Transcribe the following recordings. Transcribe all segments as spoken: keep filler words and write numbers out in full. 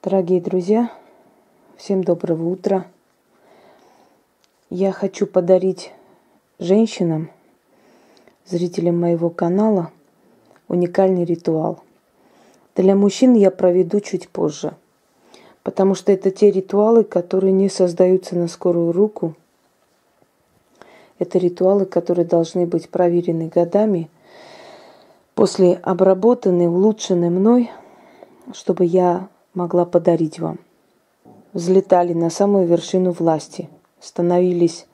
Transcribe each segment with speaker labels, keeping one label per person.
Speaker 1: Дорогие друзья, всем доброго утра. Я хочу подарить женщинам, зрителям моего канала, уникальный ритуал. Для мужчин я проведу чуть позже, потому что это те ритуалы, которые не создаются на скорую руку. Это ритуалы, которые должны быть проверены годами, после обработаны, улучшены мной, чтобы я могла подарить вам. Взлетали на самую вершину власти, становились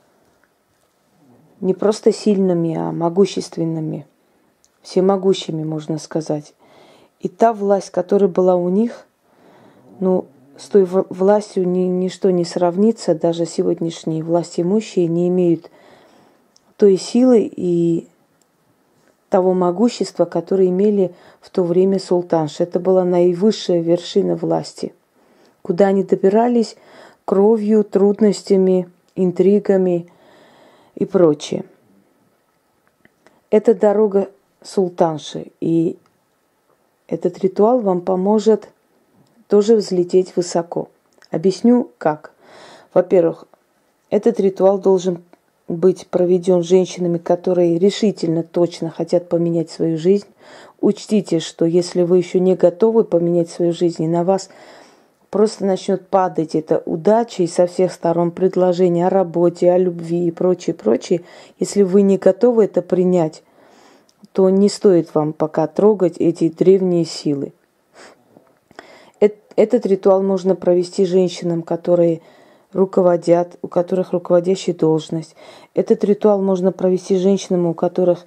Speaker 1: не просто сильными, а могущественными, всемогущими, можно сказать. И та власть, которая была у них, ну, с той властью ни, ничто не сравнится, даже сегодняшние власть имущие не имеют той силы и того могущества, которое имели в то время султанши. Это была наивысшая вершина власти, куда они добирались кровью, трудностями, интригами и прочее. Это дорога султанши, и этот ритуал вам поможет тоже взлететь высоко. Объясню как. Во-первых, этот ритуал должен быть проведен женщинами, которые решительно, точно хотят поменять свою жизнь. Учтите, что если вы еще не готовы поменять свою жизнь, и на вас просто начнет падать эта удача и со всех сторон предложения о работе, о любви и прочее, прочее, если вы не готовы это принять, то не стоит вам пока трогать эти древние силы. Этот ритуал можно провести женщинам, которые руководят, у которых руководящая должность. Этот ритуал можно провести женщинам, у которых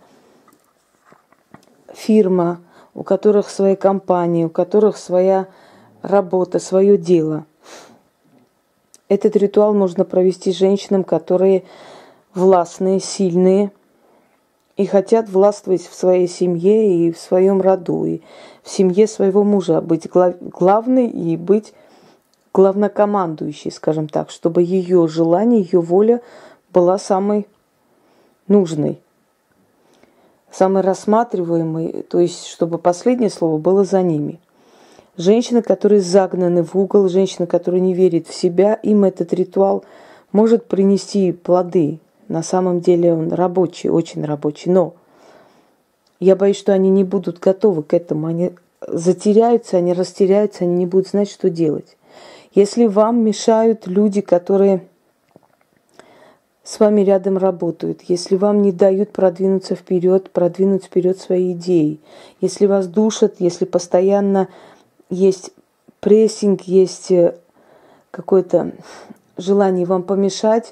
Speaker 1: фирма, у которых своя компания, у которых своя работа, свое дело. Этот ритуал можно провести женщинам, которые властные, сильные и хотят властвовать в своей семье и в своем роду, и в семье своего мужа, быть главной и быть главнокомандующей, скажем так, чтобы ее желание, ее воля была самой нужной, самой рассматриваемой, то есть чтобы последнее слово было за ними. Женщины, которые загнаны в угол, женщины, которые не верят в себя, им этот ритуал может принести плоды. На самом деле он рабочий, очень рабочий, но я боюсь, что они не будут готовы к этому, они затеряются, они растеряются, они не будут знать, что делать. Если вам мешают люди, которые с вами рядом работают, если вам не дают продвинуться вперед, продвинуть вперед свои идеи, если вас душат, если постоянно есть прессинг, есть какое-то желание вам помешать,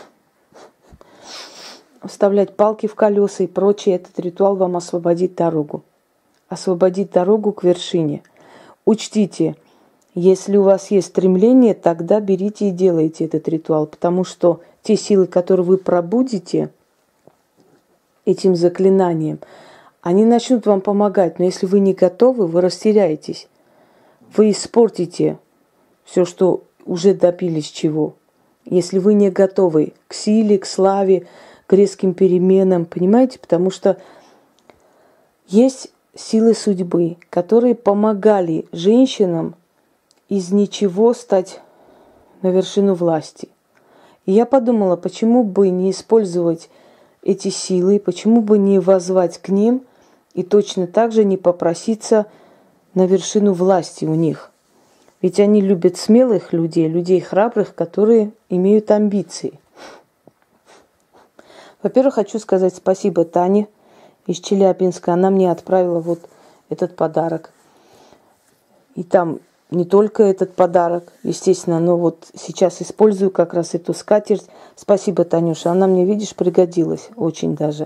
Speaker 1: вставлять палки в колеса и прочее, этот ритуал вам освободит дорогу. Освободит дорогу к вершине. Учтите, если у вас есть стремление, тогда берите и делайте этот ритуал, потому что те силы, которые вы пробудите этим заклинанием, они начнут вам помогать. Но если вы не готовы, вы растеряетесь. Вы испортите все, что уже добились чего. Если вы не готовы к силе, к славе, к резким переменам, понимаете? Потому что есть силы судьбы, которые помогали женщинам из ничего стать на вершину власти. И я подумала, почему бы не использовать эти силы, почему бы не воззвать к ним и точно так же не попроситься на вершину власти у них. Ведь они любят смелых людей, людей храбрых, которые имеют амбиции. Во-первых, хочу сказать спасибо Тане из Челябинска. Она мне отправила вот этот подарок. И там не только этот подарок, естественно, но вот сейчас использую как раз эту скатерть. Спасибо, Танюша, она мне, видишь, пригодилась очень даже.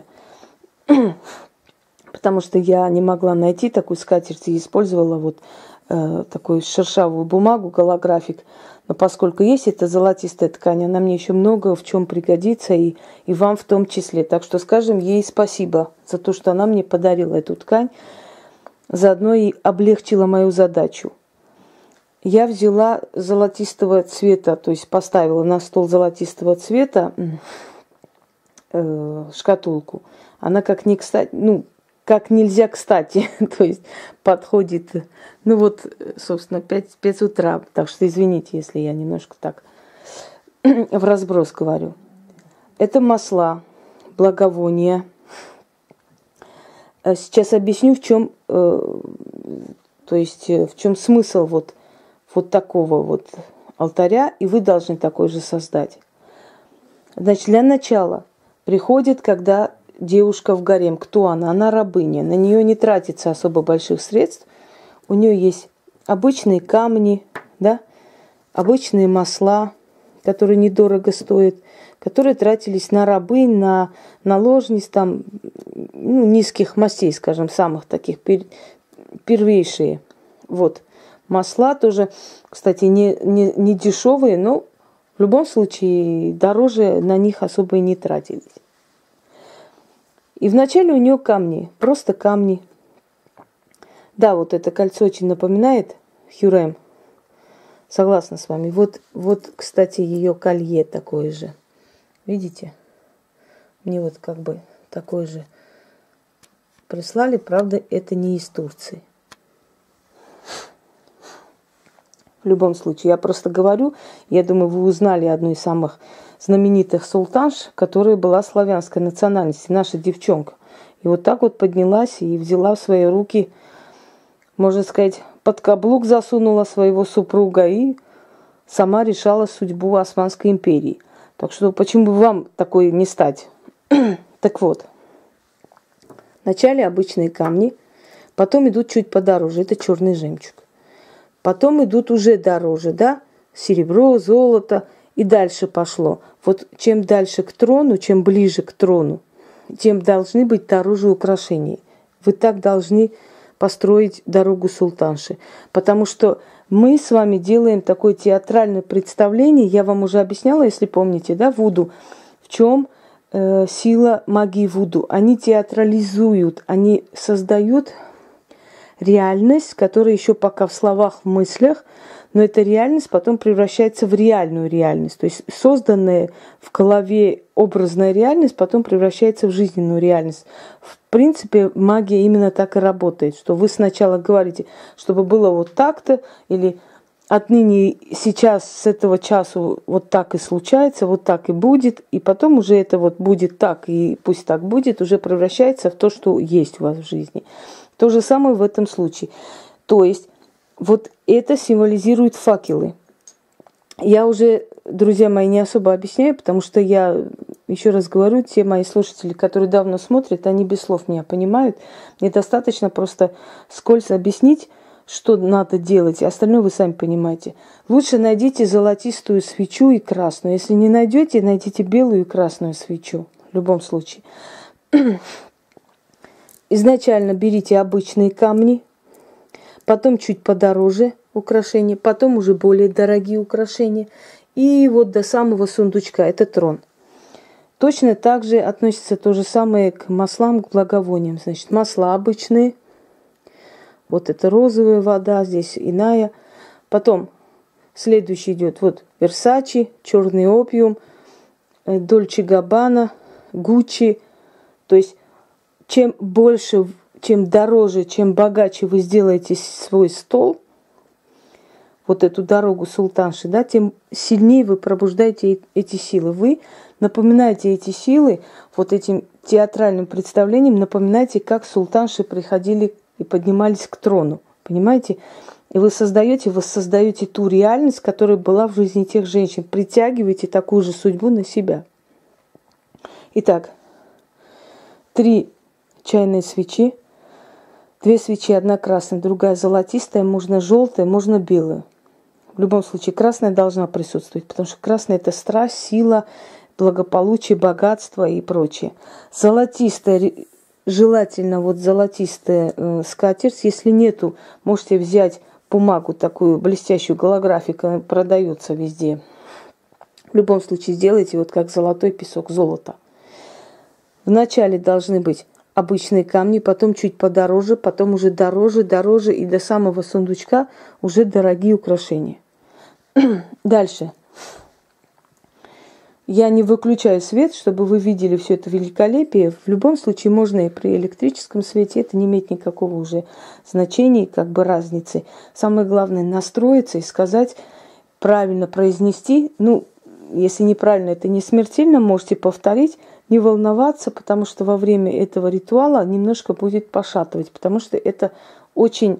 Speaker 1: Потому что я не могла найти такую скатерть и использовала вот э, такую шершавую бумагу, голографик. Но поскольку есть эта золотистая ткань, она мне еще много в чем пригодится, и, и вам в том числе. Так что скажем ей спасибо за то, что она мне подарила эту ткань, заодно и облегчила мою задачу. Я взяла золотистого цвета, то есть поставила на стол золотистого цвета э, шкатулку. Она как не кстати, ну, как нельзя кстати. То есть подходит, ну вот, собственно, пять утра. Так что извините, если я немножко так в разброс говорю. Это масла, благовония. Сейчас объясню, в чем, э, то есть, в чем смысл вот, вот такого вот алтаря, и вы должны такой же создать. Значит, для начала приходит, когда девушка в гарем. Кто она? Она рабыня. На нее не тратится особо больших средств. У нее есть обычные камни, да, обычные масла, которые недорого стоят, которые тратились на рабынь, на наложниц, там, ну, низких мастей, скажем, самых таких пер, первейшие. Вот. Масла тоже, кстати, не, не, не дешевые, но в любом случае дороже на них особо и не тратились. И вначале у нее камни, просто камни. Да, вот это кольцо очень напоминает Хюррем. Согласна с вами. Вот, вот, кстати, ее колье такое же. Видите? Мне вот как бы такое же прислали. Правда, это не из Турции. В любом случае, я просто говорю, я думаю, вы узнали одну из самых знаменитых султанш, которая была славянской национальности, наша девчонка. И вот так вот поднялась и взяла в свои руки, можно сказать, под каблук засунула своего супруга и сама решала судьбу Османской империи. Так что почему бы вам такой не стать? Так вот, вначале обычные камни, потом идут чуть подороже, это черный жемчуг. Потом идут уже дороже, да, серебро, золото, и дальше пошло. Вот чем дальше к трону, чем ближе к трону, тем должны быть дороже украшений. Вы так должны построить дорогу султанши. Потому что мы с вами делаем такое театральное представление, я вам уже объясняла, если помните, да, вуду, в чем э, сила магии вуду. Они театрализуют, они создают реальность, которая еще пока в словах, в мыслях, но эта реальность потом превращается в реальную реальность. То есть созданная в голове образная реальность потом превращается в жизненную реальность. В принципе, магия именно так и работает, что вы сначала говорите, чтобы было вот так-то, или отныне сейчас с этого часу вот так и случается, вот так и будет, и потом уже это вот будет так, и пусть так будет, уже превращается в то, что есть у вас в жизни. То же самое в этом случае. То есть вот это символизирует факелы. Я уже, друзья мои, не особо объясняю, потому что я, еще раз говорю, те мои слушатели, которые давно смотрят, они без слов меня понимают. Мне достаточно просто скользко объяснить, что надо делать, и остальное вы сами понимаете. Лучше найдите золотистую свечу и красную. Если не найдете, найдите белую и красную свечу. В любом случае. Изначально берите обычные камни, потом чуть подороже украшения, потом уже более дорогие украшения. И вот до самого сундучка, это трон. Точно так же относится то же самое к маслам, к благовониям. Значит, масла обычные. Вот это розовая вода, здесь иная. Потом следующий идет вот Версачи, черный опиум, Дольче Габбана, Гуччи. То есть чем больше, чем дороже, чем богаче вы сделаете свой стол, вот эту дорогу султанши, да, тем сильнее вы пробуждаете эти силы. Вы напоминаете эти силы вот этим театральным представлением, напоминаете, как султанши приходили и поднимались к трону. Понимаете? И вы создаете, воссоздаете ту реальность, которая была в жизни тех женщин. Притягиваете такую же судьбу на себя. Итак, три чайные свечи. Две свечи, одна красная, другая золотистая, можно желтая, можно белая. В любом случае, красная должна присутствовать, потому что красная – это страсть, сила, благополучие, богатство и прочее. Золотистая, желательно вот золотистая э, скатерть. Если нету, можете взять бумагу такую блестящую, голографика, продается везде. В любом случае, сделайте вот как золотой песок, золото. Вначале должны быть обычные камни, потом чуть подороже, потом уже дороже, дороже, и до самого сундучка уже дорогие украшения. Дальше. Я не выключаю свет, чтобы вы видели все это великолепие. В любом случае можно и при электрическом свете. Это не имеет никакого уже значения, как бы разницы. Самое главное настроиться и сказать, правильно произнести. Ну, если неправильно, это не смертельно, можете повторить, не волноваться, потому что во время этого ритуала немножко будет пошатывать, потому что это очень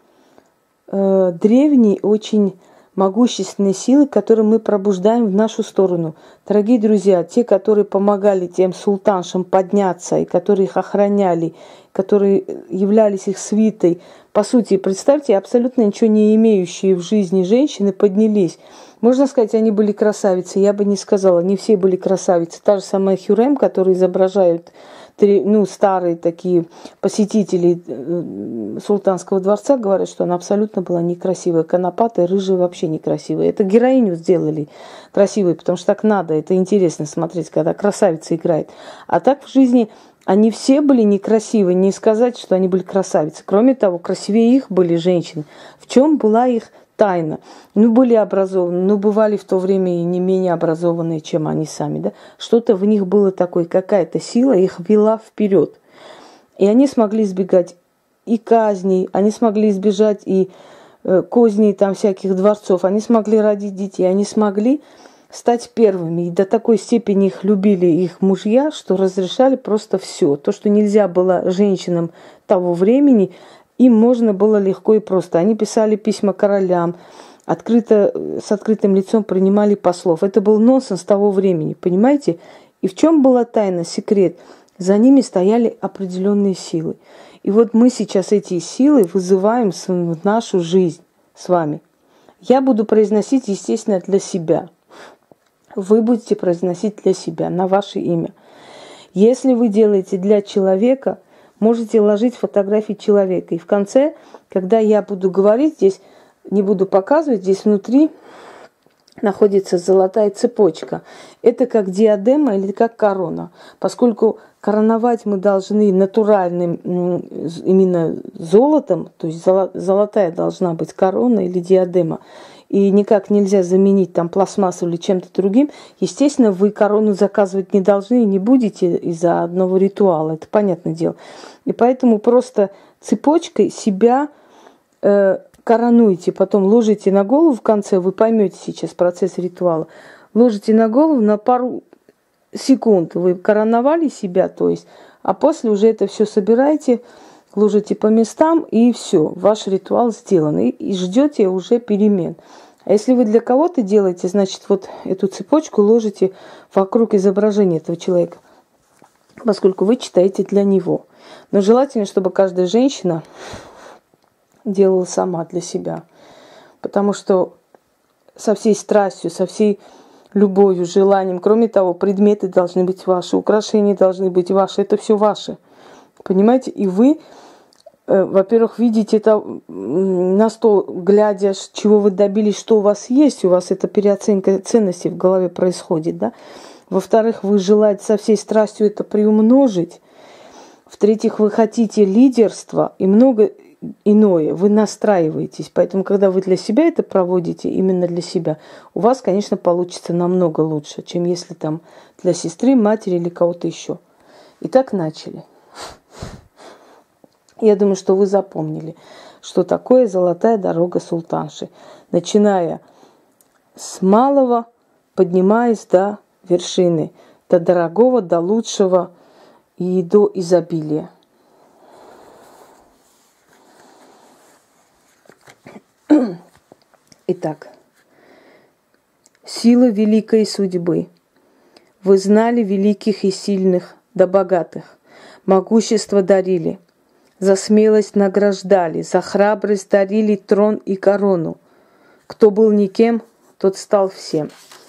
Speaker 1: э, древний, очень могущественные силы, которые мы пробуждаем в нашу сторону. Дорогие друзья, те, которые помогали тем султаншам подняться, и которые их охраняли, которые являлись их свитой, по сути, представьте, абсолютно ничего не имеющие в жизни женщины поднялись. Можно сказать, они были красавицы. Я бы не сказала, не все были красавицы. Та же самая Хюррем, которую изображают ну, старые такие посетители султанского дворца, говорят, что она абсолютно была некрасивая, конопатая, рыжая, вообще некрасивая. Это героиню сделали красивой, потому что так надо, это интересно смотреть, когда красавица играет. А так в жизни они все были некрасивые, не сказать, что они были красавицы. Кроме того, красивее их были женщины. В чем была их тайна? Ну, были образованы, но бывали в то время и не менее образованные, чем они сами. Да? Что-то в них было такое, какая-то сила их вела вперед. И они смогли избегать и казней, они смогли избежать и э, козней там всяких дворцов, они смогли родить детей, они смогли стать первыми. И до такой степени их любили их мужья, что разрешали просто все. То, что нельзя было женщинам того времени, им можно было легко и просто. Они писали письма королям, открыто, с открытым лицом принимали послов. Это был нонсенс того времени, понимаете? И в чем была тайна, секрет? За ними стояли определенные силы. И вот мы сейчас эти силы вызываем в нашу жизнь с вами. Я буду произносить, естественно, для себя. Вы будете произносить для себя, на ваше имя. Если вы делаете для человека, можете ложить фотографии человека. И в конце, когда я буду говорить, здесь не буду показывать, здесь внутри находится золотая цепочка. Это как диадема или как корона. Поскольку короновать мы должны натуральным именно золотом, то есть золотая должна быть корона или диадема, и никак нельзя заменить там пластмассу или чем-то другим, естественно, вы корону заказывать не должны и не будете из-за одного ритуала, это понятное дело. И поэтому просто цепочкой себя э, коронуете, потом ложите на голову в конце, вы поймете сейчас процесс ритуала, ложите на голову на пару секунд, вы короновали себя, то есть, а после уже это все собираете, ложите по местам, и все, ваш ритуал сделан, и, и ждете уже перемен. А если вы для кого-то делаете, значит, вот эту цепочку ложите вокруг изображения этого человека, поскольку вы читаете для него. Но желательно, чтобы каждая женщина делала сама для себя, потому что со всей страстью, со всей любовью, желанием, кроме того, предметы должны быть ваши, украшения должны быть ваши, это все ваше. Понимаете? И вы, э, во-первых, видите это на стол, глядя, чего вы добились, что у вас есть, у вас эта переоценка ценностей в голове происходит, да? Во-вторых, вы желаете со всей страстью это приумножить. В-третьих, вы хотите лидерства и много иное, вы настраиваетесь. Поэтому, когда вы для себя это проводите, именно для себя, у вас, конечно, получится намного лучше, чем если там для сестры, матери или кого-то еще. Итак, начали. Я думаю, что вы запомнили, что такое золотая дорога султанши. Начиная с малого, поднимаясь до вершины, до дорогого, до лучшего и до изобилия. Итак, сила великой судьбы. Вы знали великих и сильных да богатых, могущество дарили, за смелость награждали, за храбрость дарили трон и корону. Кто был никем, тот стал всем.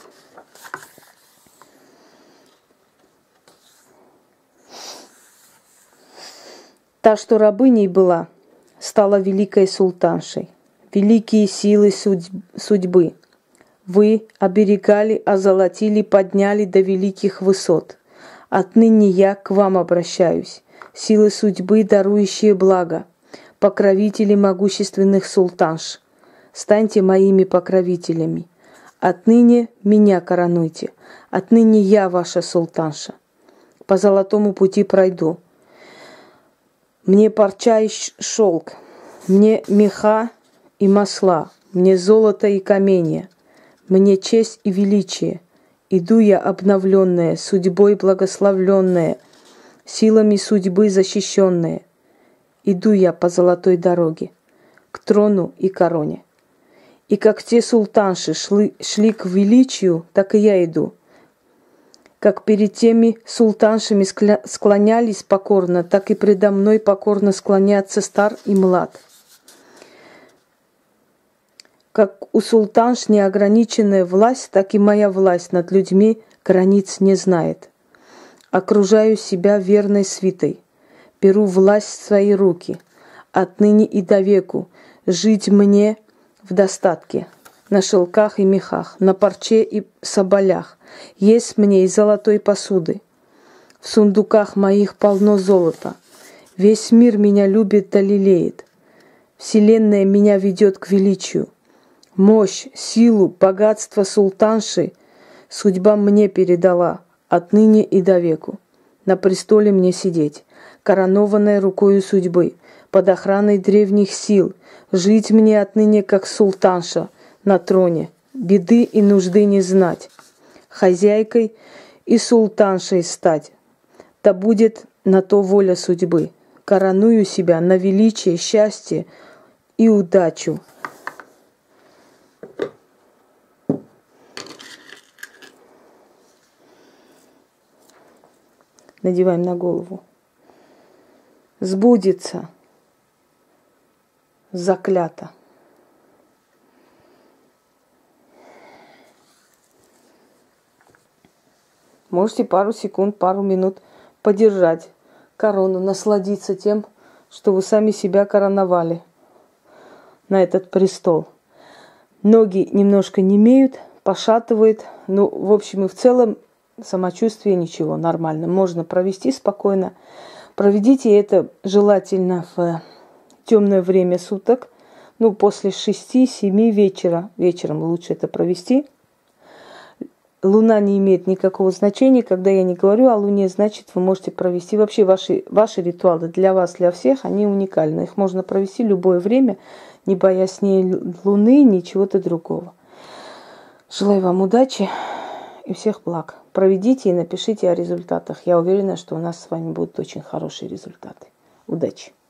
Speaker 1: Та, что рабыней была, стала великой султаншей. Великие силы судьбы вы оберегали, озолотили, подняли до великих высот. Отныне я к вам обращаюсь, силы судьбы, дарующие благо, покровители могущественных султанш. Станьте моими покровителями. Отныне меня коронуйте. Отныне я ваша султанша. По золотому пути пройду. Мне парча и шелк, мне меха и масла, мне золото и каменья, мне честь и величие. Иду я обновленная, судьбой благословленная, силами судьбы защищенная. Иду я по золотой дороге, к трону и короне. И как те султанши шли, шли к величию, так и я иду. Как перед теми султаншами склонялись покорно, так и предо мной покорно склонятся стар и млад. Как у султанш неограниченная власть, так и моя власть над людьми границ не знает. Окружаю себя верной свитой, беру власть в свои руки, отныне и до веку жить мне в достатке, на шелках и мехах, на парче и соболях, есть мне из золотой посуды. В сундуках моих полно золота. Весь мир меня любит да лелеет. Вселенная меня ведет к величию. Мощь, силу, богатство султанши судьба мне передала, отныне и до веку. На престоле мне сидеть, коронованная рукою судьбы, под охраной древних сил, жить мне отныне как султанша на троне, беды и нужды не знать, хозяйкой и султаншей стать. Да будет на то воля судьбы. Короную себя на величие, счастье и удачу. Надеваем на голову. Сбудется. Заклято. Можете пару секунд, пару минут подержать корону, насладиться тем, что вы сами себя короновали на этот престол. Ноги немножко немеют, пошатывает. Ну, в общем и в целом, самочувствие ничего, нормально. Можно провести спокойно. Проведите это желательно в темное время суток. Ну, после шести-семи вечера. Вечером лучше это провести. Луна не имеет никакого значения. Когда я не говорю о Луне, значит, вы можете провести. Вообще ваши, ваши ритуалы для вас, для всех, они уникальны. Их можно провести любое время, не боясь ни Луны, ни чего-то другого. Желаю вам удачи и всех благ. Проведите и напишите о результатах. Я уверена, что у нас с вами будут очень хорошие результаты. Удачи!